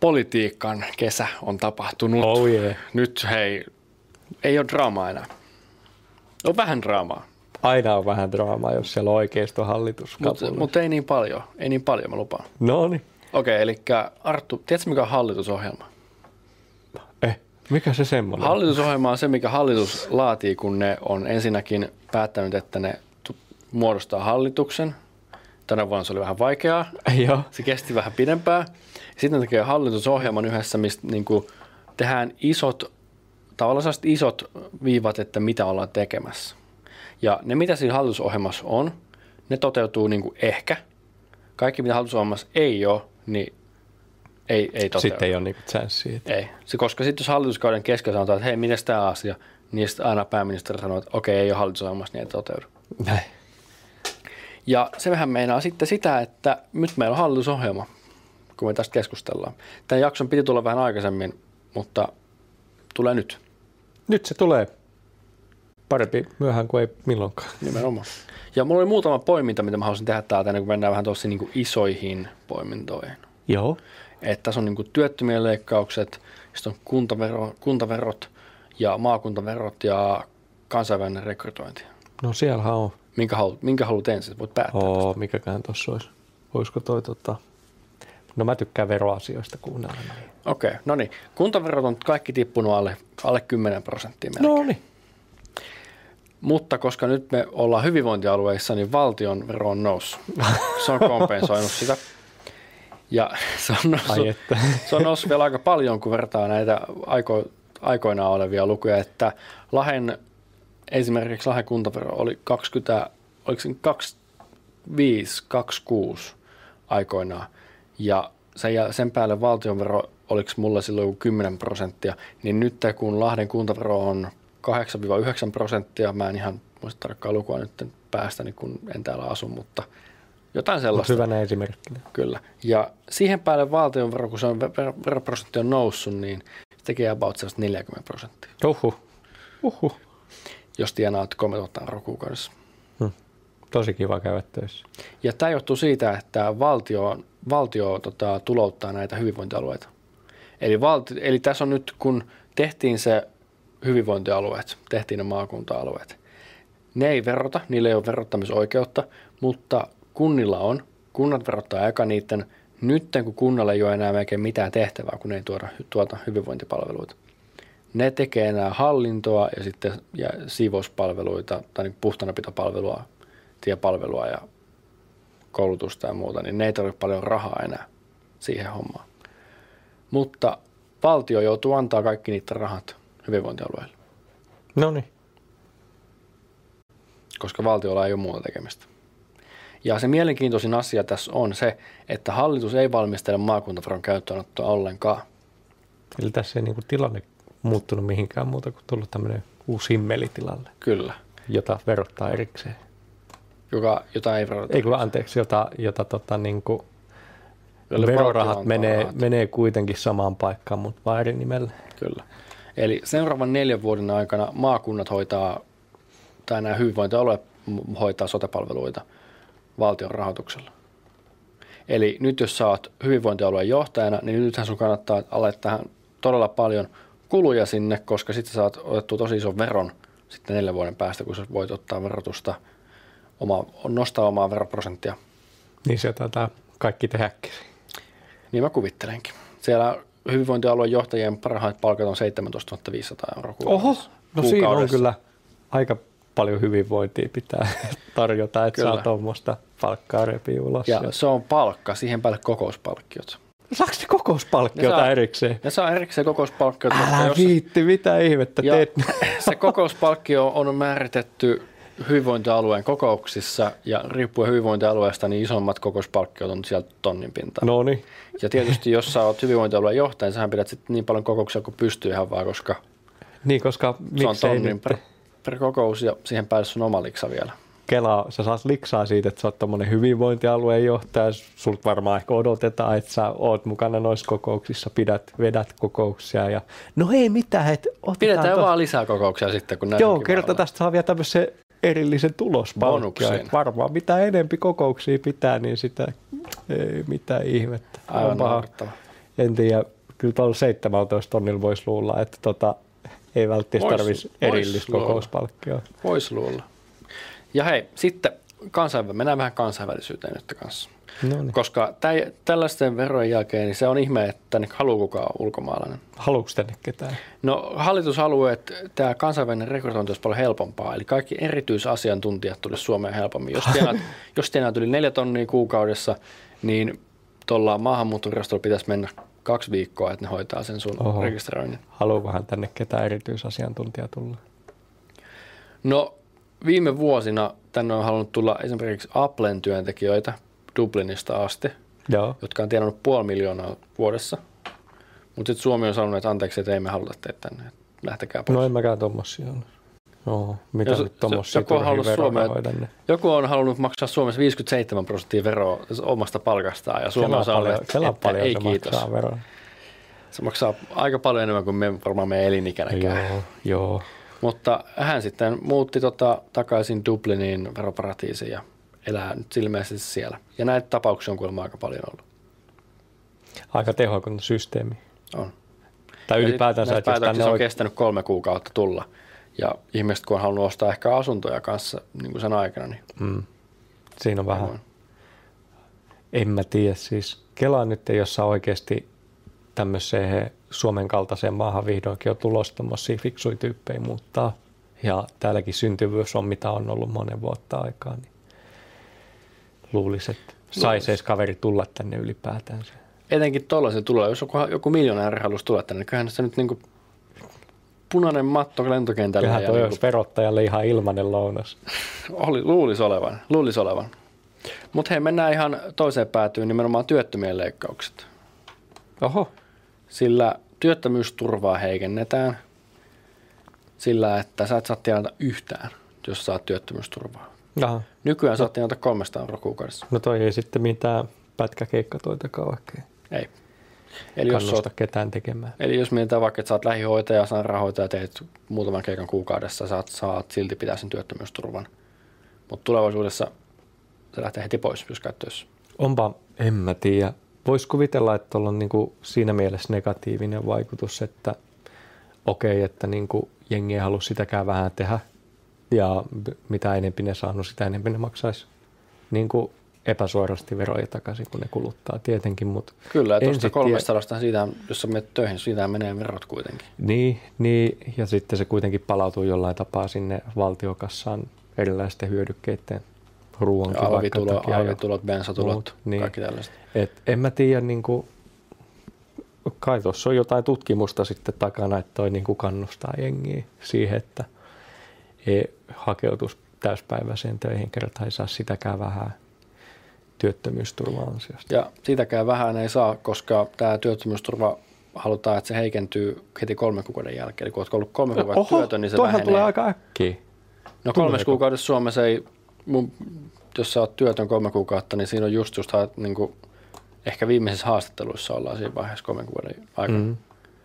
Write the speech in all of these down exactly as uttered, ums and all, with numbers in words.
politiikan kesä on tapahtunut. Oh yeah. Nyt hei, ei ole draamaa enää. On vähän draamaa. Aina on vähän draamaa, jos siellä on oikeistohallitus. Mutta mut ei niin paljon, ei niin paljon, mä lupaan. No niin. Okei, okay, eli Arttu, tiedätkö mikä on hallitusohjelma? Eh, mikä se semmoinen? Hallitusohjelma on se, mikä hallitus laatii, kun ne on ensinnäkin päättänyt, että ne tu- muodostaa hallituksen. Tänä vuonna se oli vähän vaikeaa. Joo. Se kesti vähän pidempään. Sitten ne tekee hallitusohjelman yhdessä, mistä niin kuin tehdään isot, tavallaan sellaiset isot viivat, että mitä ollaan tekemässä. Ja ne, mitä siinä hallitusohjelmassa on, ne toteutuu niin kuin ehkä. Kaikki, mitä hallitusohjelmassa ei ole, niin ei, ei toteudu. Sitten ei ole niinku chanssiä. Ei. Se, koska sitten jos hallituskauden keskellä sanotaan, että hei, miten tämä asia, niin sitten aina pääministeri sanoo, että okei, ei ole hallitusohjelmassa, niin ei toteudu. Näin. Ja se vähän meinaa sitten sitä, että nyt meillä on hallitusohjelma, kun me tästä keskustellaan. Tämän jakson piti tulla vähän aikaisemmin, mutta tulee nyt. Nyt se tulee. Parempi myöhään kuin ei milloinkaan. Nimenomaan. Ja mulla oli muutama poiminta, mitä mä haluaisin tehdä täältä, ennen kuin mennään vähän tuossa niin kuin isoihin poimintoihin. Joo. Että tässä on niin kuin työttömien leikkaukset, sitten on kuntavero, kuntaverot ja maakuntaverot ja kansainvälinen rekrytointi. No siellähän on. Minkä haluat, minkä haluat ensin? Voit päättää. Oo, mikäkään tuossa olisi. Olisiko toi tota... No mä tykkään veroasioista kuunnella. Okei, okay, no niin. Kuntaverot on kaikki tippunut alle, alle kymmenen prosenttia melkein. No niin. Mutta koska nyt me ollaan hyvinvointialueissa, niin valtion vero on noussut. Se on kompensoinut sitä. Ja se on noussut, se on noussut vielä aika paljon, kun vertaa näitä aiko, aikoinaan olevia lukuja, että Lahden, esimerkiksi Lahden kuntavero oli kaksikymmentä, oliko se kaksikymmentäviisi kaksikymmentäkuusi aikoinaan. Ja sen, sen päälle valtionvero, oliko mulla silloin kymmenen prosenttia, niin nyt kun Lahden kuntavero on kahdeksan yhdeksän prosenttia, mä en ihan muista tarkkaa lukua nyt päästäni, kun en täällä asu, mutta jotain sellaista. Hyvänä esimerkkinä. Kyllä. Ja siihen päälle valtionvero, kun se on veroprosentti on noussut, niin se tekee about neljäkymmentä prosenttia. Uhuh. Uhuh. Jos tienaat kolmetuhatta euroa kuukaudessa. Hmm. Tosi kiva käydä töissä. Ja tämä johtuu siitä, että valtio, valtio tota, tulouttaa näitä hyvinvointialueita. Eli, valti, eli tässä on nyt, kun tehtiin se hyvinvointialueet, tehtiin ne maakunta-alueet. Ne ei verota, niillä ei ole verottamisoikeutta, mutta kunnilla on. Kunnat verottaa eka niiden, nyt kun kunnalla ei ole enää melkein mitään tehtävää, kun ne ei tuoda, tuota hyvinvointipalveluita. Ne tekee enää hallintoa ja sitten ja siivouspalveluita tai niin puhtaanapitopalvelua, tiepalvelua ja koulutusta ja muuta, niin ne ei tarvitse paljon rahaa enää siihen hommaan. Mutta valtio joutuu antaa kaikki niiden rahat hyvinvointialueille. No niin. Koska valtiolla ei ole muuta tekemistä. Ja se mielenkiintoisin asia tässä on se, että hallitus ei valmistele maakuntaveron käyttöönottoa ollenkaan. Eli tässä ei niinku tilanne muuttunut mihinkään muuta kuin tullut tämmöinen uusi himmeli tilalle. Kyllä. Jota verottaa erikseen. Joka, jota ei verottaa. Ei kun anteeksi, jota, jota tota niinku verorahat menee, menee kuitenkin samaan paikkaan, mutta vaan eri nimellä. Kyllä. Eli seuraavan neljän vuoden aikana maakunnat hoitaa, tai nämä hyvinvointialueet hoitaa sote-palveluita valtion rahoituksella. Eli nyt jos sä oot hyvinvointialueen johtajana, niin nythän sun kannattaa alkaa tähän todella paljon kuluja sinne, koska sitten sä oot otettu tosi ison veron sitten neljän vuoden päästä, kun sä voit ottaa verotusta, oma, nostaa omaa veroprosenttia. Niin se taitaa kaikki tehdäkin. Niin mä kuvittelenkin. Siellä hyvinvointialueen johtajien parhaat palkat on seitsemäntoistatuhatta viisisataa euroa kuukaudessa. Oho, no siinä on kyllä aika paljon hyvinvointia pitää tarjota, että kyllä. Saa tuommoista palkkaa repii ulos. Ja, ja se on palkka, siihen päälle kokouspalkkiot. Saako ne kokouspalkkiota ne saa, erikseen? Ne saa erikseen kokouspalkkiot. Älä jos, viitti, mitä ihmettä teet? Se kokouspalkkio on määritetty hyvinvointialueen kokouksissa ja riippuen hyvinvointialueesta, niin isommat kokouspalkkiot on sieltä tonnin pintaan. No niin. Ja tietysti jos sä oot hyvinvointialueen johtaja, niin sähän pidät sitten niin paljon kokouksia kuin pystyy ihan vaan, koska, niin, koska se on tonnin per, per kokous ja siihen päälle sun oma liksa vielä. Kela, sä saat liksaa siitä, että sä oot tommonen hyvinvointialueen johtaja. Sulta varmaan ehkä odotetaan, että sä oot mukana noissa kokouksissa, pidät, vedät kokouksia. Ja no ei mitään, että pidetään tos... vaan lisää kokouksia sitten, kun näin. Joo, kerta tästä saa vielä tämmöisen erillisen tulospalkkion. Varmaan mitä enempi kokouksia pitää, niin sitä ei mitään ihmettä. Aivan naurettava. En tiedä, kyllä tuolla seitsemäntoista tonnilla voisi luulla, että tota, ei välttämättä tarvitsisi erillistä kokouspalkkioa. Voisi luulla. Ja hei, sitten kansainvä- mennään vähän kansainvälisyyteen nyt kanssa. Noniin. Koska tä- tällaisten verojen jälkeen niin se on ihme, että tänne haluaa kukaan ulkomaalainen. Haluuko tänne ketään? No hallitus haluaa, että tämä kansainvälinen rekrytointi olisi paljon helpompaa. Eli kaikki erityisasiantuntijat tulisi Suomeen helpommin. Jos tienaat, jos tienaat yli neljä tonnia kuukaudessa, niin tuolla maahanmuuttovirastolla pitäisi mennä kaksi viikkoa, että ne hoitaa sen sun Oho. rekisteröinnin. Haluukohan tänne ketään erityisasiantuntijaa tulla? No viime vuosina tänne on halunnut tulla esimerkiksi Applen työntekijöitä Dublinista asti, Joo. jotka on tienannut puoli miljoonaa vuodessa. Mutta sitten Suomi on sanonut, että anteeksi, että ei me haluta teitä tänne, lähtekää pois. No en mäkään tommosia ole. No, mitä Jos, nyt tommosia turhia verorahoja tänne? Joku on halunnut maksaa Suomessa viisikymmentäseitsemän prosenttia veroa omasta palkastaan ja Suomi on sanonut, että, että, että ei kiitos. Veroa. Se maksaa aika paljon enemmän kuin me, varmaan meidän elinikänäkään. Joo, joo. Mutta hän sitten muutti tota, takaisin Dubliniin veroparatiisiin ja elää nyt ilmeisesti siellä. Ja näitä tapauksia on kuulemma aika paljon ollut. Aika tehokas systeemi. On. Tai ylipäätänsä, että tänne on oikein... kestänyt kolme kuukautta tulla. Ja ihmiset, kun on halunnut ostaa ehkä asuntoja kanssa niin kuin sen aikana. Niin mm. Siinä on vähän. Voin. En mä tiedä. Siis Kela nyt, jossa oikeasti tämmöiseen Suomen kaltaiseen maahan vihdoinkin on tulossa tommosia fiksuja tyyppejä muuttaa. Ja täälläkin syntyvyys on, mitä on ollut monen vuotta aikaa. Niin luulisi, että saisi edes kaveri tulla tänne ylipäätään. Etenkin tollaisen tulee, jos joku, joku miljonääri haluaisi tulla tänne, niin kyllähän se nyt niinku punainen matto lentokentällä. Kyllähän toi olisi verottajalle ihan ilmainen lounas. Oli, luulisi olevan, luulisi olevan. Mutta hei, mennään ihan toiseen päätyyn, nimenomaan työttömien leikkaukset. Oho. Sillä työttömyysturvaa heikennetään sillä, että sä et saa tienata yhtään, jos saat työttömyysturvaa. Aha. Nykyään no. saat tienata kolmesataa euroa kuukaudessa. No toi ei sitten mitään pätkäkeikkatoitakaan oikein. Ei. Eli Kannusta jos oot, ketään tekemään. Eli jos mietitään vaikka, että sä oot lähihoitaja, sairaanhoitaja, teet muutaman keikan kuukaudessa, saat, saat silti pitää sen työttömyysturvan. Mutta tulevaisuudessa se lähtee heti pois, jos käyt töissä. Onpa, en mä tiedä. Voisi kuvitella, että tuolla on niinku siinä mielessä negatiivinen vaikutus, että okei, okay, että niinku jengi ei halua sitäkään vähän tehdä. Ja mitä enemmän ne saanut, sitä enemmän ne maksaisi niinku epäsuorasti veroja takaisin, kun ne kuluttaa tietenkin. Mutta kyllä, että tuosta kolmestasadasta, siitä, jos sä menet töihin, siitä menee verot kuitenkin. Niin, niin, ja sitten se kuitenkin palautuu jollain tapaa sinne valtiokassaan erilaisten hyödykkeiden ruoankin vaikka takia. Alvitulot, bensatulot, niin, kaikki tällaiset. Et en mä tiedä, niin kuin, kai tuossa on jotain tutkimusta sitten takana, että toi niin kuin kannustaa jengiä siihen, että ei hakeutuisi täyspäiväiseen töihin, kertaa ei saa sitäkään vähän työttömyysturva-ansiosta. Ja sitäkään vähän ei saa, koska tämä työttömyysturva halutaan, että se heikentyy heti kolmen kuukauden jälkeen. Eli kun olet ollut kolme kuukautta Oho, työtön, niin se vähenee. Oho, tulee aika äkkiä. No kolmes kuukaudessa Suomessa ei, mun, jos sä oot työtön kolme kuukautta, niin siinä on just just niin kuin, ehkä viimeisissä haastatteluissa ollaan siinä vaiheessa kolmen kuukauden aikana. Mm.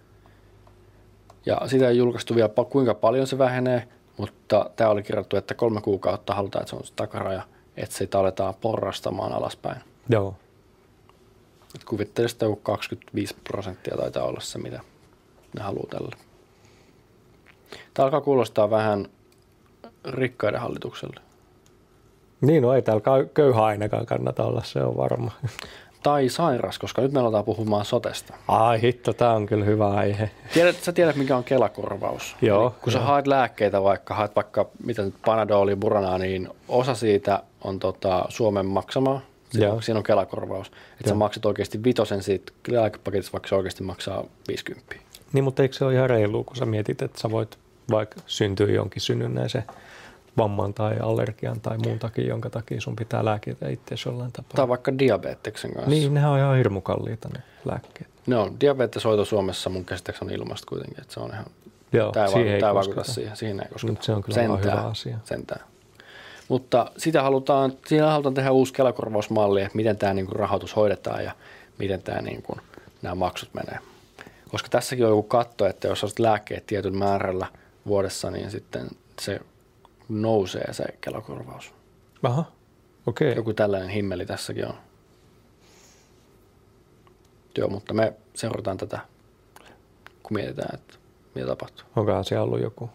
Ja sitä ei julkaistu vielä, kuinka paljon se vähenee, mutta tämä oli kirjoittu, että kolme kuukautta halutaan, että se on se takaraja, että sitä aletaan porrastamaan alaspäin. Joo. Et kuvittele sitä joku kaksikymmentäviisi prosenttia taitaa olla se, mitä ne haluaa tällä. Tämä alkaa kuulostaa vähän rikkaiden hallitukselle. Niin, no ei täällä köyhä ainakaan kannata olla, se on varma. Tai sairas, koska nyt me aletaan puhumaan sotesta. Ai hitto, tämä on kyllä hyvä aihe. Tiedät, sä tiedät, mikä on Kela-korvaus? Joo. Eli kun jo. sä haet lääkkeitä vaikka, haet vaikka mitä nyt Panadoli, Buranaa, niin osa siitä on tota, Suomen maksamaa. Siinä, siinä on Kela-korvaus. Että sä maksat oikeasti vitosen siitä lääkepaketista, vaikka se oikeasti maksaa viisikymmentä. Niin, mutta eikö se ole ihan reilua, kun sä mietit, että sä voit vaikka syntyä jonkin synnynnäisen vamman tai allergian tai muun takia, jonka takia sun pitää lääkkeitä itseäsi jollain tapaa. Tai vaikka diabeteksen kanssa. Niin, nehän on ihan hirmu kalliita ne lääkkeet. Ne on. Diabeteshoito Suomessa mun käsittääkseni on ilmasta kuitenkin, että se on ihan, Joo, tämä siihen ei, ei vaikuta siihen, siihen ei kosketa. Nyt se on kyllä sentään, hyvä asia. Sentään. Mutta sitä halutaan, siinä halutaan tehdä uusi Kela-korvausmalli, että miten tämä niin kuin rahoitus hoidetaan ja miten tämä niin kuin, nämä maksut menee. Koska tässäkin on joku katto, että jos olet lääkkeet tietyn määrällä vuodessa, niin sitten se nousee se Kela-korvaus. Aha, okei. Okay. Joku tällainen himmeli tässäkin on. työ, mutta me seurataan tätä, kun mietitään, että mitä tapahtuu. Onkohan siellä ollut joku?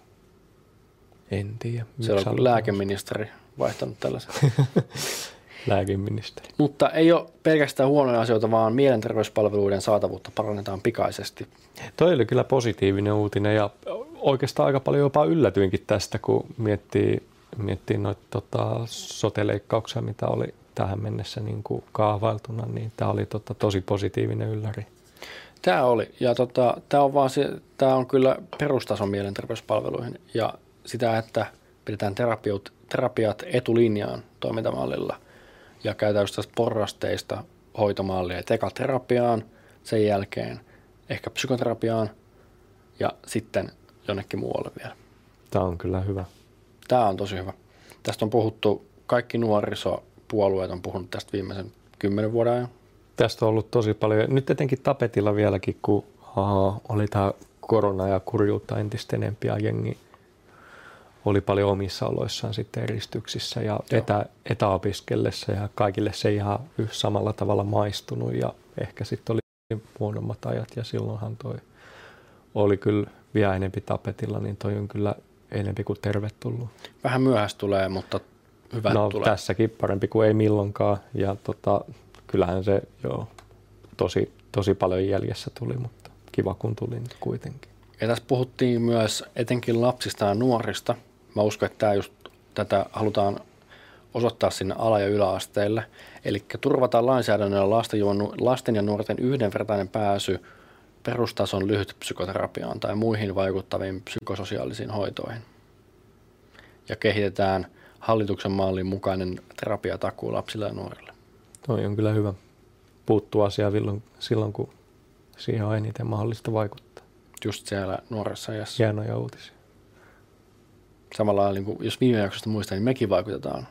En tiedä. Siellä on lääkeministeri vaihtanut tällaisen. Lääkeministeri. Mutta ei ole pelkästään huonoja asioita, vaan mielenterveyspalveluiden saatavuutta parannetaan pikaisesti. Toi oli kyllä positiivinen uutinen ja oikeastaan aika paljon jopa yllätyinkin tästä, kun miettii, miettii noita tota, sote-leikkauksia, mitä oli tähän mennessä niin kuin kaavailtuna, niin tämä oli tota, tosi positiivinen ylläri. Tämä oli, ja tota, tämä on, vaan se, tämä on kyllä perustason mielenterveyspalveluihin ja sitä, että pidetään terapiat, terapiat etulinjaan toimintamallilla ja käytetään just tästä porrasteista hoitomallia, että eka terapiaan, sen jälkeen ehkä psykoterapiaan ja sitten jonnekin muualle vielä. Tämä on kyllä hyvä. Tämä on tosi hyvä. Tästä on puhuttu, kaikki nuorisopuolueet on puhunut tästä viimeisen kymmenen vuoden ajan. Tästä on ollut tosi paljon. Nyt etenkin tapetilla vieläkin, kun aha, oli tämä korona ja kurjuutta entistä enempi ja jengi oli paljon omissa oloissaan sitten eristyksissä ja etä, etäopiskellessa ja kaikille se ihan samalla tavalla maistunut ja ehkä sitten oli huonommat ajat ja silloinhan toi oli kyllä vielä enempi tapetilla, niin toi on kyllä enempi kuin tervetullut. Vähän myöhässä tulee, mutta hyvä no, tulee. Tässäkin parempi kuin ei milloinkaan ja tota, kyllähän se joo, tosi, tosi paljon jäljessä tuli, mutta kiva kun tuli nyt kuitenkin. Ja tässä puhuttiin myös etenkin lapsista ja nuorista. Mä uskon, että tämä just, tätä halutaan osoittaa sinne ala- ja yläasteille. Eli turvataan lainsäädännöllä lasten ja nuorten yhdenvertainen pääsy perustason lyhytpsykoterapiaan tai muihin vaikuttaviin psykososiaalisiin hoitoihin. Ja kehitetään hallituksen mallin mukainen terapiatakuu lapsille ja nuorille. Toi on kyllä hyvä. Puuttuu asiaan silloin, kun siihen on eniten mahdollista vaikuttaa. Just siellä nuoressa iässä. Hienoja uutisia. Samalla lailla, niin jos viime jaksosta muistaa, niin mekin vaikutetaan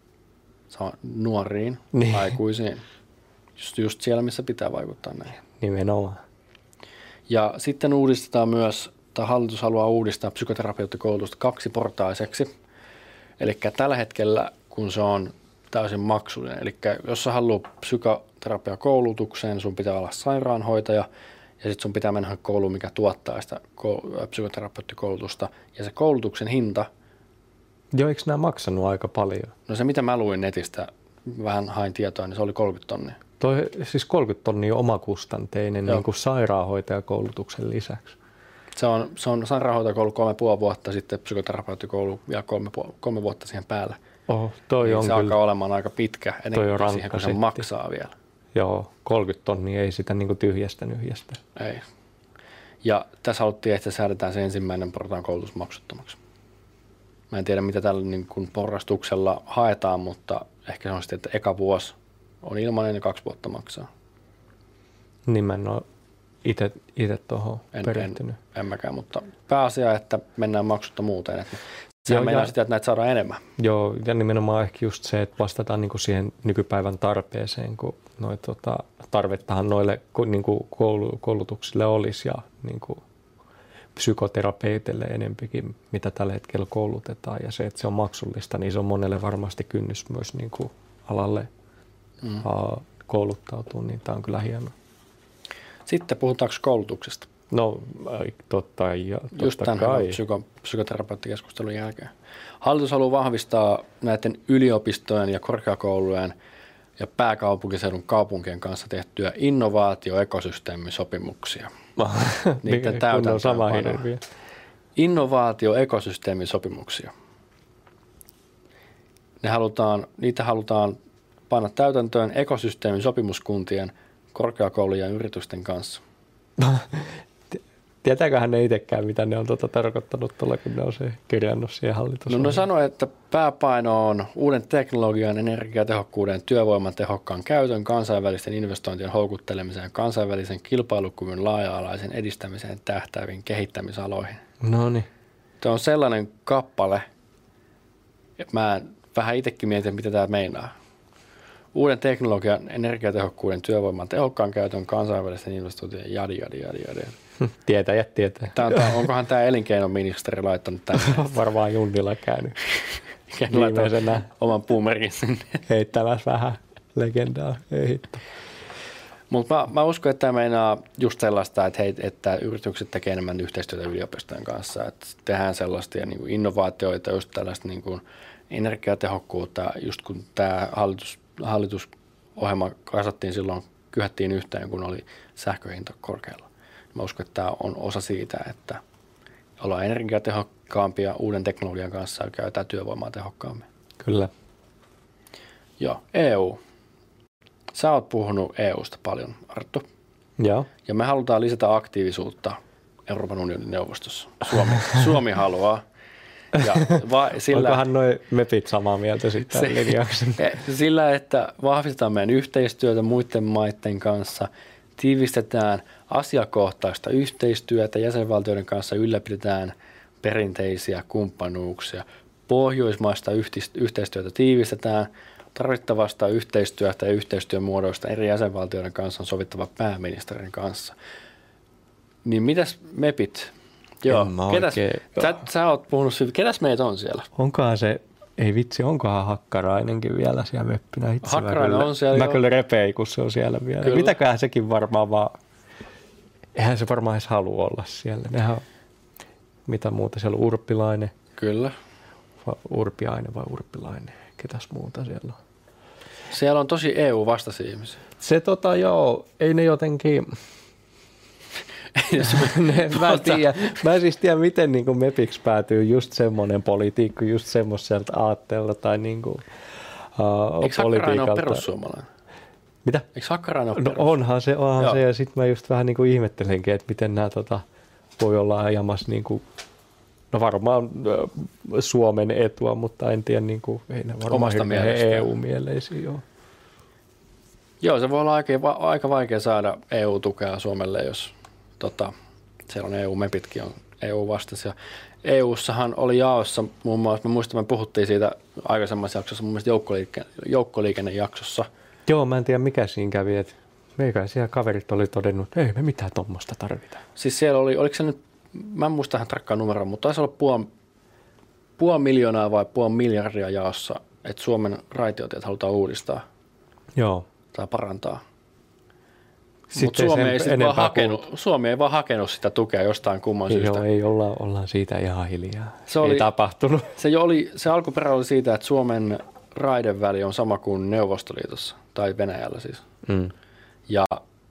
nuoriin, niin. aikuisiin. Just, just siellä, missä pitää vaikuttaa näin. Nimenomaan. Ja sitten uudistetaan myös, tai hallitus haluaa uudistaa psykoterapeuttikoulutusta kaksiportaiseksi. Eli tällä hetkellä, kun se on täysin maksullinen, eli jos sä haluat psykoterapiakoulutukseen, sun pitää olla sairaanhoitaja, ja sitten sun pitää mennä kouluun, mikä tuottaa sitä psykoterapeuttikoulutusta. Ja se koulutuksen hinta... Joo, eikö nämä maksanut aika paljon? No se, mitä mä luin netistä, vähän hain tietoa, niin se oli kolmekymmentä tonnia. Toi, siis kolmekymmentä tonnia omakustanteinen niin kuin sairaanhoitajakoulutuksen lisäksi. Se on, se on sairaanhoitajakoulu kolme puoli vuotta, sitten psykoterapeuttikoulu ja kolme, kolme vuotta siihen päälle. Oho, toi niin on se kyllä. alkaa olemaan aika pitkä, ennen siihen, kun se setti. maksaa vielä. Joo, kolmekymmentä tonnia ei sitä niin kuin tyhjästä nyhjästä. Ei. Ja tässä haluttiin, että säädetään se ensimmäinen portaan koulutus maksuttomaksi. Mä en tiedä, mitä tällä niin kuin porrastuksella haetaan, mutta ehkä se on sitten, että eka vuosi on ilmainen ja kaksi vuotta maksaa. Niin mä en ole itse tuohon perehtynyt. En, en mäkään, mutta pääasia, että mennään maksuttomuuteen. Sehän meinaa sitä, että näitä saadaan enemmän. Joo, ja nimenomaan ehkä just se, että vastataan niinku siihen nykypäivän tarpeeseen, kun noi, tota, tarvettahan noille niinku koulu, koulutuksille olisi ja niinku psykoterapeuteille enempikin, mitä tällä hetkellä koulutetaan. Ja se, että se on maksullista, niin se on monelle varmasti kynnys myös niinku alalle mm. a, kouluttautua, niin tämä on kyllä hienoa. Sitten puhutaanko koulutuksesta? No totta, ja totta Just tämän kai. Psyko, psykoterapeuttikeskustelun jälkeen. Hallitus haluaa vahvistaa näiden yliopistojen ja korkeakoulujen ja pääkaupunkiseudun kaupunkien kanssa tehtyjä innovaatioekosysteemisopimuksia. Niiden täytäntöönpanoa. Innovaatioekosysteemisopimuksia. Ne halutaan, niitä halutaan panna täytäntöön ekosysteemisopimuskuntien, korkeakoulujen ja yritysten kanssa. Tietääköhän ne itsekään, mitä ne on tuota tarkoittanut tuolla, kun ne on se kirjannut siihen hallitusohjelmaan? No ne sanoo, että pääpaino on uuden teknologian, energiatehokkuuden, työvoiman tehokkaan käytön, kansainvälisten investointien houkuttelemiseen, kansainvälisen kilpailukyvyn laaja-alaisen edistämiseen tähtääviin kehittämisaloihin. No niin. Tämä on sellainen kappale, että mä vähän itsekin mietin, mitä tämä meinaa. Uuden teknologian, energiatehokkuuden, työvoiman tehokkaan käytön, kansainvälisten investointien, jadi, jadi, jadi, jadi. Tietäjät tietää. Tämä on, onkohan tämä elinkeinoministeri laittanut tänne? Varmaan Junnilla käynyt viimeisenä oman puumerkin sinne. Heittämässä vähän legendaa. Ei hitto. Mutta mä, mä uskon, että tämä meinaa just sellaista, että, hei, että yritykset tekee enemmän yhteistyötä yliopistojen kanssa, että tehdään sellaisia niin kuin innovaatioita, just tällaista niin kuin energiatehokkuutta, just kun tämä hallitus, hallitusohjelma kasattiin silloin, kyhättiin yhteen, kun oli sähköhinta korkealla. Mä uskon, että tämä on osa siitä, että ollaan energiatehokkaampia uuden teknologian kanssa ja käytetään työvoimaa tehokkaammin. Kyllä. Joo, E U. Sä oot puhunut E Usta paljon, Arttu. Joo. Ja me halutaan lisätä aktiivisuutta Euroopan unionin neuvostossa. Suomi, Suomi haluaa. Ja va, sillä, onkohan noi mepit samaa mieltä sitten se, linjauksen? Sillä, että vahvistetaan meidän yhteistyötä muiden maiden kanssa, tiivistetään asiakohtaista yhteistyötä jäsenvaltioiden kanssa, ylläpidetään perinteisiä kumppanuuksia, pohjoismaista yhteistyötä tiivistetään, tarvittavasta yhteistyötä ja yhteistyömuodoista eri jäsenvaltioiden kanssa on sovittava pääministerin kanssa. Niin mitäs mepit? Joo, ketäs, sä, sä oot puhunut siitä, ketäs meitä on siellä? Onkohan se, ei vitsi, onkohan Hakkarainenkin vielä siellä meppinä? Itse Hakkarainen kyllä, on siellä. Mä jo. kyllä repein, kun se on siellä vielä. Kyllä. Mitäköhän sekin varmaan vaan, eihän se varmaan edes halua olla siellä. Nehän on, mitä muuta siellä on, Urpilainen. Kyllä. Urpiainen vai Urpilainen, ketäs muuta siellä on? Siellä on tosi E U-vastaisia ihmisiä. Se tota joo, ei ne jotenkin... ne, mä, en tiedä, mä en siis tiedä, miten niin kuin mepiksi päätyy just semmoinen politiikka, just semmoiselta aatteella tai niin kuin, uh, eikö Hakkarainen ole perussuomalainen? Mitä? Eikö Hakkarainen ole no onhan se, onhan Joo. se ja sitten mä just vähän niin kuin ihmettelenkin, että miten nämä tota, voi olla ajamassa niin kuin, no varmaan äh, Suomen etua, mutta en tiedä, niin kuin, ei ne varmaan E U-mieleisiä joo. Joo, se voi olla aika, aika vaikea saada E U-tukea Suomelle, jos tota, siellä on E U-mepitkin on E U-vastaisia. E U:ssahan oli jaossa muun muassa, me muistamme, me puhuttiin siitä aikaisemmassa jaksossa, mun mielestä joukkoliikenne, joukkoliikennejaksossa. Joo, mä en tiedä mikä siinä kävi, että meikä siellä kaverit oli todennut, että ei me mitään tuommoista tarvita. Siis siellä oli, oliko se nyt, mä en muista ihan tarkkaan numeroa, mutta taisi olla puoli, puoli miljoonaa vai puoli miljardia jaossa, että Suomen raitiotiet halutaan uudistaa. Joo. Tai parantaa. Mutta Suomi, ei vaan hakenut, Suomi ei vaan hakenut sitä tukea jostain kumman Joo, syystä. ei olla, ollaan siitä ihan hiljaa. Se oli, ei tapahtunut. Se, oli, se alkuperä oli siitä, että Suomen raideväli on sama kuin Neuvostoliitossa, tai Venäjällä siis. Mm. Ja,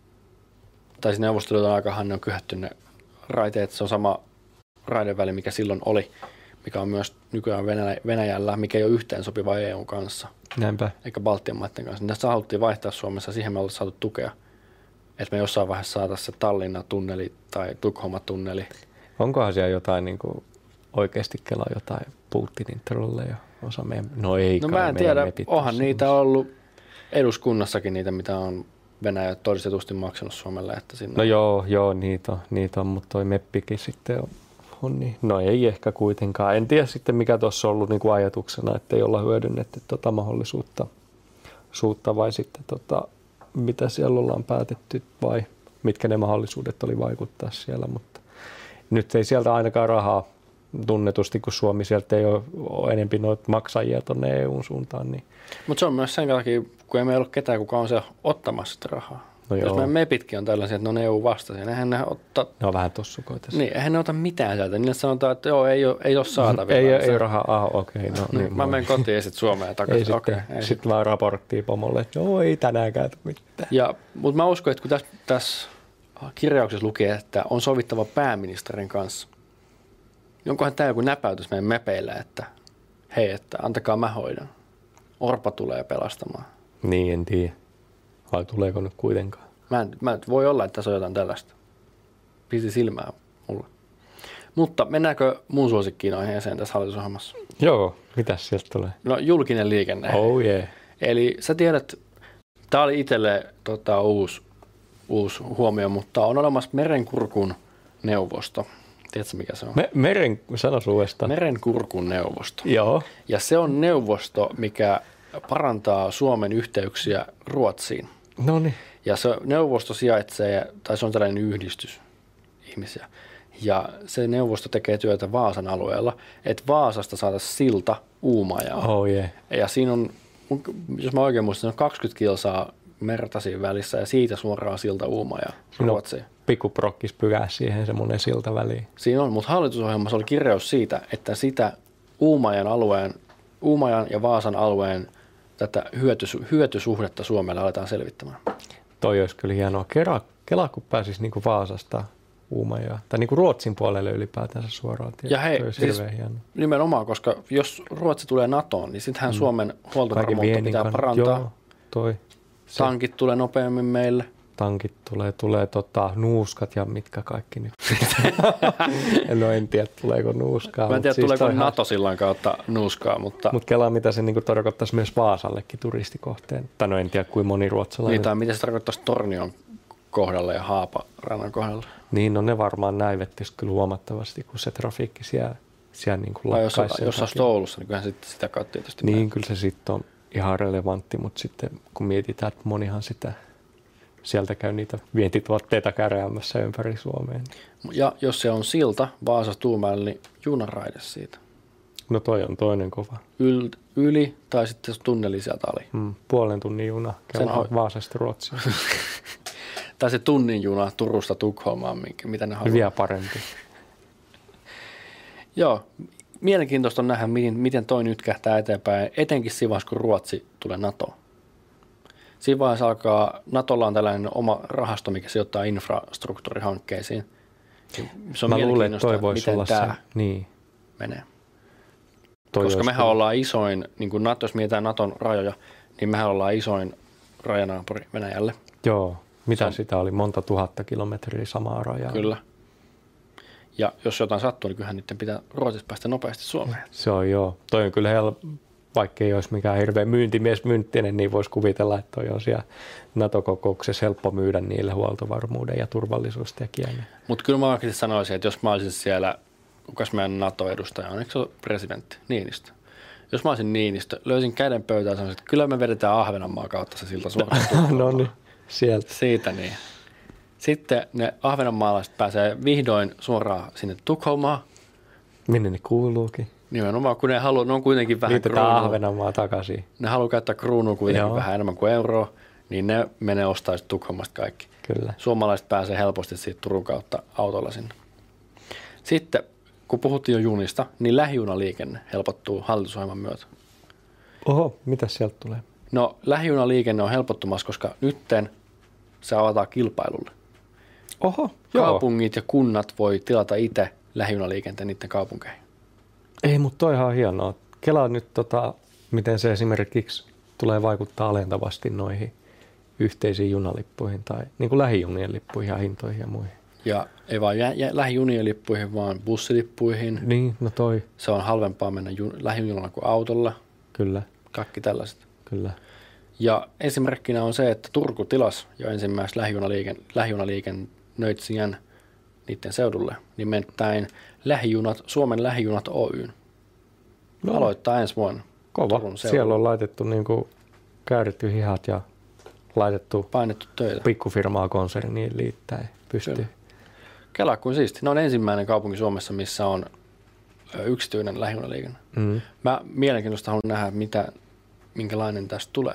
tai siis Neuvostoliiton aikahan ne on kyhätty ne raiteet, se on sama raideväli, mikä silloin oli, mikä on myös nykyään Venäjällä, mikä ei ole yhteen sopiva E U:n kanssa. Näinpä. Eikä Baltian maiden kanssa. Tästä haluttiin vaihtaa Suomessa, siihen me ollaan saatu tukea. Että me jossain vaiheessa saataisiin se Tallinna-tunneli tai Tukholma-tunneli. Onkohan siellä jotain niin kuin, oikeasti kelaa jotain Putinin trolleja osa meidän, no ei No mä en tiedä, onhan niitä ollut eduskunnassakin niitä, mitä on Venäjä todistetusti maksanut Suomelle. Että sinne... No joo, joo niitä, on, niitä on, mutta toi meppikin sitten on, on niin. No ei ehkä kuitenkaan. En tiedä sitten mikä tuossa on ollut niin kuin ajatuksena, että ei olla hyödynnetty tota mahdollisuutta suutta vai sitten tota, mitä siellä ollaan päätetty vai mitkä ne mahdollisuudet oli vaikuttaa siellä, mutta nyt ei sieltä ainakaan rahaa tunnetusti, kun Suomi sieltä ei ole, ole enemmän noita maksajia tuonne E U:n suuntaan. Niin. Mutta se on myös sen takia, kun ei meillä ole ketään, kuka on siellä ottamassa sitä rahaa. No jos meidän mepitkin on tällaisia, että ne on E U-vastaisia, eihän ne ottaa... Ne on vähän tossukoita. Niin, eihän ne ota mitään sieltä. Niille sanotaan, että joo, ei ole, ei ole saatavilla. ei, ei ole rahaa, ah, okei. Okay, no, niin, niin, mä menen kotiin ja sitten Suomeen takaisin. Ei okay, sitten, sit sitten vaan raporttiin pomolle, että joo, ei tänäänkään mitään. Ja, mutta mä uskon, että kun tässä, tässä kirjauksessa lukee, että on sovittava pääministerin kanssa, niin onkohan tämä joku näpäytys meidän mepeillä, että hei, että antakaa mä hoidan. Orpa tulee pelastamaan. Niin, en tiedä. Vai tuleeko nyt kuitenkaan? Mä en, mä en voi olla, että tässä on jotain tällaista. Pisti silmää mulle. Mutta mennäänkö mun suosikkiin aiheeseen tässä hallitusohjelmassa? Joo, mitäs sieltä tulee? No julkinen liikenne. Oh yeah. Eli sä tiedät, tää oli itselle tota, uusi, uusi huomio, mutta on olemassa Merenkurkun neuvosto. Tiedätkö mikä se on? Me, meren, sanos uudestaan. Merenkurkun neuvosto. Joo. Ja se on neuvosto, mikä parantaa Suomen yhteyksiä Ruotsiin. No niin. Ja se neuvosto sijaitsee, tai se on tällainen yhdistys ihmisiä. Ja se neuvosto tekee työtä Vaasan alueella, että Vaasasta saataisiin silta Uumajaan. Oh yeah. Ja siinä on, jos mä oikein muistan, se on kaksikymmentä kilsaa merta siinä välissä ja siitä suoraan silta Uumaja Ruotsiin. Pikkuprokkis pykää siihen semmoinen silta väliin. Siinä on, mutta hallitusohjelmassa oli kirjaus siitä, että sitä Uumajan alueen, Uumajan ja Vaasan alueen tätä hyötys, hyötysuhdetta Suomelle aletaan selvittämään. Toi olisi kyllä hienoa. Kela, Kela kun pääsisi niin kuin Vaasasta Uumajaan, tai niin kuin Ruotsin puolelle ylipäätänsä suoraan. Ja hei, siis nimenomaan, koska jos Ruotsi tulee NATOon, niin sittenhän mm. Suomen huoltovarmuutta pitää kan... parantaa. Joo, toi. Se. Tankit tulee nopeammin meille. Tankit tulee, tulee tota, nuuskat ja mitkä kaikki nyt. No en tiedä, tuleeko nuuskaa. Mä en tiedä, siis tuleeko NATO silloin kautta nuuskaa. Mutta Mut kelaa, mitä se niinku tarkoittaisi myös Vaasallekin turistikohteen. Tai no en tiedä, kuin moni ruotsalainen. Niin, tai mitä se tarkoittaisi Tornion kohdalla ja Haaparannan kohdalla. Niin, no ne varmaan näivettyisi kyllä huomattavasti, kun se trafiikki siellä, siellä niin kuin lakkaisi. Jos, jos olisi Oulussa, niin kyllähän sitten sitä kautta tietysti. Niin, näin. Kyllä se sitten on ihan relevantti, mutta sitten kun mietitään, että monihan sitä, sieltä käy niitä vientituotteita käräämässä ympäri Suomeen. Ja jos se on silta Vaasasta Tuumäelle, niin junaraide siitä. No toi on toinen kova. Yl, yli tai sitten tunneli sieltä ali. Mm, puolen tunnin juna kelaa Vaasasta Ruotsiin. Tai se tunnin juna Turusta Tukholmaan, mitä ne haluaa. Vielä parempi. Joo, mielenkiintoista on nähdä, miten, miten toi nyt kähtää eteenpäin, etenkin siinä vaiheessa, kun Ruotsi tulee NATOon. Siinä vaiheessa alkaa, NATOlla on tällainen oma rahasto, mikä sijoittaa infrastruktuurihankkeisiin. Se on Mä luulen, mielenkiintoista, toi voisi miten olla tämä se. Niin. menee. Toi Koska mehän kyllä. ollaan isoin, niin kun NATO, jos mietitään NATOn rajoja, niin mehän ollaan isoin rajanaapuri Venäjälle. Joo. Mitä on, sitä oli? Monta tuhatta kilometriä samaa rajaa. Kyllä. Ja jos jotain sattuu, niin kyllähän niiden pitää Ruotsissa päästä nopeasti Suomeen. Se on joo. Toi on kyllä hel... vaikka ei olisi mikään hirveä myyntimies mynttinen, niin voisi kuvitella, että toi on siellä NATO-kokouksessa helppo myydä niille huoltovarmuuden ja turvallisuustekijänä. Mutta kyllä mä oikeasti sanoisin, että jos mä olisin siellä, kukas meidän NATO-edustaja on, eikö se ole presidentti Niinistö? Jos mä olisin Niinistö, löysin käden pöytään ja sanoisin, että kyllä me vedetään Ahvenanmaan kautta se silta suoraan. No niin, sieltä. Siitä niin. Sitten ne ahvenanmaalaiset pääsee vihdoin suoraan sinne Tukholmaan. Minne ne kuuluukin? Nimenomaan, kun ne, haluaa, ne on kuitenkin vähän Liitetään Ahvenanmaa takaisin. Ne haluaa käyttää kruunua kuitenkin Joo. vähän enemmän kuin euroa, niin ne menee ostaa Tukholmasta kaikki. Kyllä. Suomalaiset pääsee helposti siitä Turun kautta autolla sinne. Sitten, kun puhuttiin jo junista, niin lähijunaliikenne helpottuu hallitusohjelman myötä. Oho, mitä sieltä tulee? No, lähijunaliikenne on helpottumassa, koska nytten se avataan kilpailulle. Oho, Kaupungit joo. ja kunnat voi tilata itse lähijunaliikenteen niiden kaupunkeihin. Ei, mutta toihan on hienoa. Kelaa nyt, tota, miten se esimerkiksi tulee vaikuttaa alentavasti noihin yhteisiin junalippuihin tai niin kuin lähijunien lippuihin ja hintoihin ja muihin. Ja ei vaan jä, jä, lähijunien lippuihin, vaan bussilippuihin. Niin, no toi. Se on halvempaa mennä jun, lähijunalla kuin autolla. Kyllä. Kaikki tällaiset. Kyllä. Ja esimerkkinä on se, että Turku tilasi jo ensimmäistä lähijunaliiken, lähijunaliikennöitsijän niiden seudulle. Nimittäin lähijunat, Suomen lähijunat Oyn. No. Aloittaa ensi vuonna. Kova. Siellä on laitettu niin kuin kääritty hihat ja laitettu painettu töitä. Pikkufirmaa konserniin liittäen pystyy. Kela kuin siisti. Ne on ensimmäinen kaupunki Suomessa, missä on yksityinen lähijunaliikenne. Mm. Mä mielenkiintoista haluan nähdä, mitä, minkälainen tästä tulee.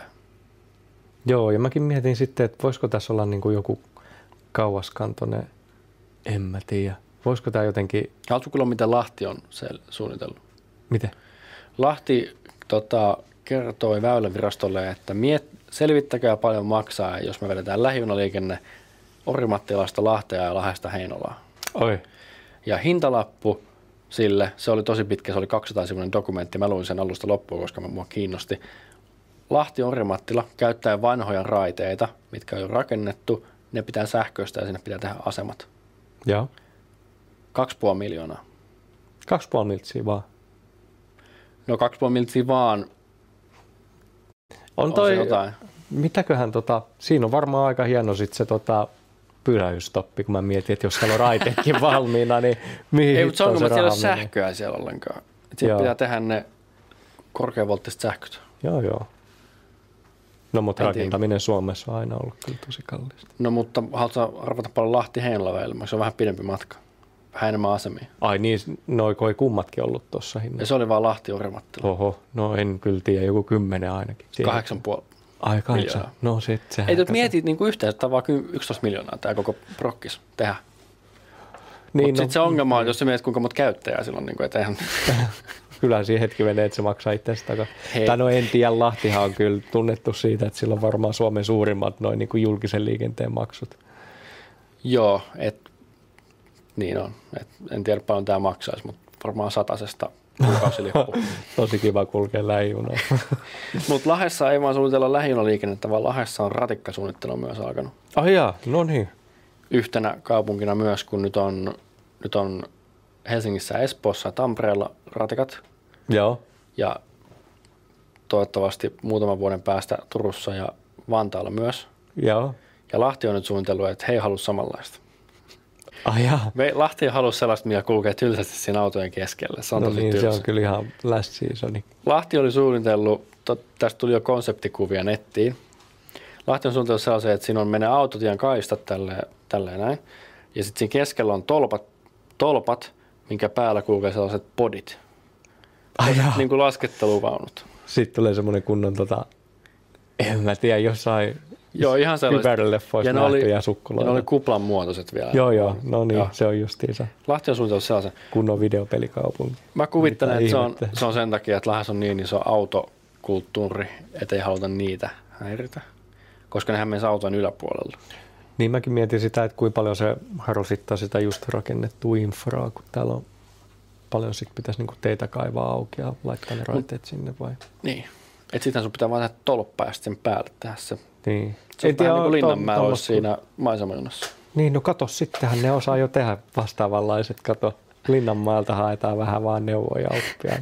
Joo, ja mäkin mietin sitten, että voisiko tässä olla niin kuin joku kauaskantoinen, en mä tiedä. Voisiko tämä jotenkin... Haluatko kuulla, mitä Lahti on suunnitellut? Miten? Lahti tota, kertoi Väylävirastolle, että miet, selvittäkää paljon maksaa, jos me vedetään lähijunaliikenne Orimattilasta Lahtea ja Lahdesta Heinolaan. Oi. Ja hintalappu sille, se oli tosi pitkä, se oli kaksisataa sivuinen dokumentti. Mä luin sen alusta loppuun, koska mua kiinnosti. Lahti Orimattila käyttää vanhoja raiteita, mitkä on jo rakennettu. Ne pitää sähköistä ja sinne pitää tehdä asemat. Joo. Kaksi puoli miljoonaa. Kaksi puoli miltsiä vaan. No kaksi puoli miltsiä vaan. On, on toi, mitäköhän tota, siinä on varmaan aika hieno sit se tota pyrähystoppi, kun mä mietin, että jos siellä on raiteetkin valmiina, niin mihin ei, mutta se on, se että siellä ei ole sähköä siellä ollenkaan. Siellä pitää tehdä ne korkeavolttiset sähköt. Joo, joo. No, mutta en rakentaminen tiedä. Suomessa on aina ollut kyllä tosi kallista. No, mutta haluatko arvata paljon Lahti-Heinola välillä? Se on vähän pidempi matka. Vähän enemmän asemia. Ai niin, noi koi kummatkin ollut tuossa hinnassa. Ja se oli vaan Lahti Orimattila. Oho, no en kyllä tiedä, joku kymmenen ainakin. Kahdeksan puoli. Ai kahdeksan. No sit sehän. Ei, että mietit niin yhteensä, että vaan yksitoista miljoonaa tämä koko prokkis tehdä. Niin, mutta no, sitten se ongelma on, jos sä mietit kuinka monta käyttäjää silloin, niin kuin, että eihän... Kyllähän siihen hetki menee, että se maksaa itsestä takaisin. Tai no en tiedä, Lahtihan on kyllä tunnettu siitä, että sillä on varmaan Suomen suurimmat noin niin kuin julkisen liikenteen maksut. Joo, et, niin on. Et, en tiedä paljon tämä maksaisi, mutta varmaan satasesta kuukausilippu. Tosi kiva kulkea lähijunaa. Mutta Lahdessa ei vaan suunnitella lähijunaliikennettä, vaan Lahdessa on ratikkasuunnittelu myös alkanut. Ah jaa, no niin. Yhtenä kaupunkina myös, kun nyt on, nyt on Helsingissä, Espoossa ja Tampereella ratikat. Joo. Ja toivottavasti muutaman vuoden päästä Turussa ja Vantaalla myös. Joo. Ja Lahti on nyt suunnitellut, että he ei halua samanlaista. Ah jaa. Me, Lahti ei halua sellaista, millä kulkee tylsästi siinä autojen keskellä. Se on no tosi niin, tylsä. se on kyllä ihan last seasoni. Lahti oli suunnitellut, to, tästä tuli jo konseptikuvia nettiin. Lahti on suunnitellut sellaisen, että siinä on menee autotien kaistat tälleen, tälleen näin. Ja sitten siinä keskellä on tolpat, tolpat, minkä päällä kulkee sellaiset podit. Ah jaa. Niin kuin lasketteluvaunut. Sitten tulee semmoinen kunnon, tota, en mä tiedä, jossain joo, ihan kyberleffoissa nähtyjä sukkulaita. Ja ne oli kuplan muotoiset vielä. Joo, joo, no niin, joo. Se on justiinsa. Lahti on suunnitellut sellaisen. Kunnon videopelikaupunki. Mä kuvittelen, että se on, se on sen takia, että Lahdessa on niin iso autokulttuuri, ettei haluta niitä häiritä, koska nehän menisi autojen yläpuolella. Niin mäkin mietin sitä, että kuinka paljon se rasittaa sitä just rakennettua infraa, kun täällä on paljon sit pitäisi niinku teitä kaivaa auki ja laittaa ne raiteet sinne vai? Niin. Että sitten sun pitää vaan tehdä tolppaa ja sitten päälle tehdä se. Niin. Se on vähän niin kuin Linnanmäellä olisi siinä maisemanjunassa. Niin, no kato, sittenhän ne osaa jo tehdä vastaavanlaiset. Kato, Linnanmaalta haetaan vähän vaan neuvoja oppia.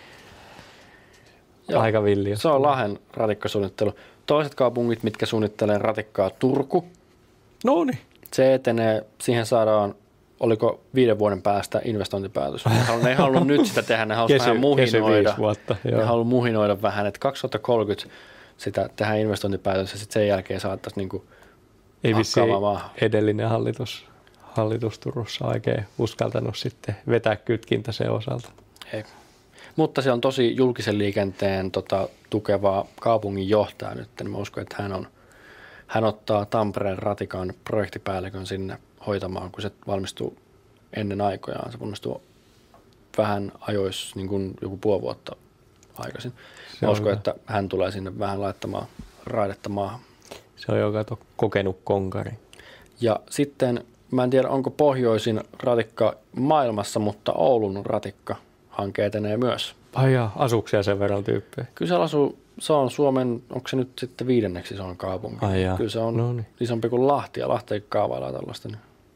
Aika villi. Se on Lahden ratikkasuunnittelu. Toiset kaupungit, mitkä suunnittelee ratikkaa, Turku. No niin. Se etenee, siihen saadaan, oliko viiden vuoden päästä investointipäätös. Ne ei halunnut nyt sitä tehdä, ne halusivat vähän muhinoida. Vuotta, ne halunnut muhinoida vähän, että kaksituhattakolmekymmentä sitä tehdään investointipäätös ja sitten sen jälkeen saattaisi niinku ei vissiin edellinen hallitus, hallitus Turussa oikein uskaltanut sitten vetää kytkintä sen osalta. Ei. Mutta se on tosi julkisen liikenteen tota, tukevaa kaupungin johtaja nyt. Mä uskon, että hän, on, hän ottaa Tampereen ratikan projektipäällikön sinne hoitamaan, kun se valmistuu ennen aikojaan. Se valmistuu vähän ajoissa, niin kuin joku puoli vuotta aikaisin. Mä uskon, hyvä. Että hän tulee sinne vähän laittamaan raidetta maahan. Se on jo kato kokenut konkari. Ja sitten, mä en tiedä onko pohjoisin ratikka maailmassa, mutta Oulun ratikka-hanke etenee myös. Ai jaa, asuuko siellä sen verran tyyppejä? Kyllä se asuu, se on Suomen, onko se nyt sitten viidenneksi isoin kaupunki? Ai jaa. Kyllä se on no niin. isompi kuin Lahti ja Lahti ei kaavailla tällaista.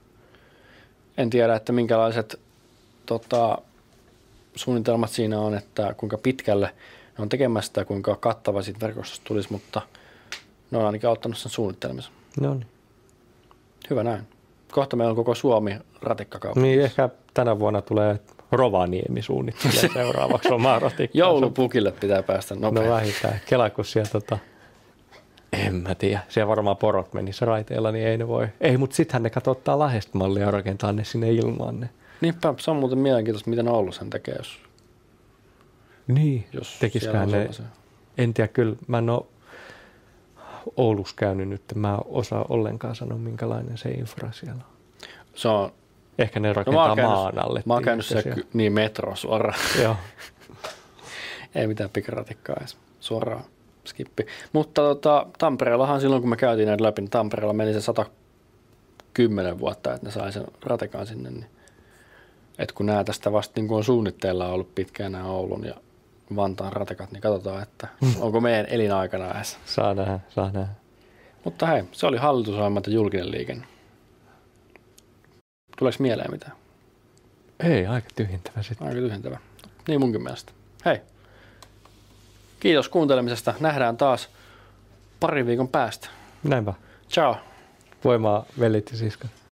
En tiedä, että minkälaiset tota, suunnitelmat siinä on, että kuinka pitkälle ne on tekemässä ja kuinka kattava siitä verkostosta tulisi, mutta ne on ainakin auttanut sen suunnittelemisen. No niin. Hyvä näin. Kohta meillä on koko Suomi ratikkakaupunki. Niin, ehkä tänä vuonna tulee Rovaniemi suunnittelee seuraavaksi omaa ratikkaa. Joulupukille pitää päästä nopeasti. No vähintään. Kela, kun siellä tota, en mä tiedä. Siellä varmaan porot menisi raiteilla, niin ei ne voi. Ei, mutta sittenhän ne katsottaa Lahdesta mallia ja rakentaa ne sinne ilmaan. Ne. Niinpä, se on muuten mielenkiintoista, miten Oulu sen tekee, jos... Niin, jos tekisiköhän ne... sellaisia. En tiedä, kyllä mä en ole Oulussa käynyt nyt. Mä en osaa ollenkaan sanoa, minkälainen se infra siellä on. Se on... Ehkä ne rakentaa no, maan alle. Mä oon käynyt se ky- niin metro suoraan. Joo. Ei mitään pikaratikkaa edes. Suoraan skippi. Mutta tota, Tampereellahan silloin, kun me käytiin näitä läpi, niin Tampereella meni se sata kymmenen vuotta, että ne sai sen ratikan sinne. Niin. Et kun nämä tästä vasta niin kun on suunnitteilla ollut pitkään nämä Oulun ja Vantaan ratikat, niin katsotaan, että onko meidän elinaikana edes. Saa nähdä, saa nähdä. Mutta hei, se oli hallitusohjelma ja julkinen liikenne. Tuleeko mieleen mitään? Ei, aika tyhjentävä sitten. Aika tyhjentävä. Niin munkin mielestä. Hei, kiitos kuuntelemisesta. Nähdään taas parin viikon päästä. Näinpä. Ciao. Voimaa velit ja siskat.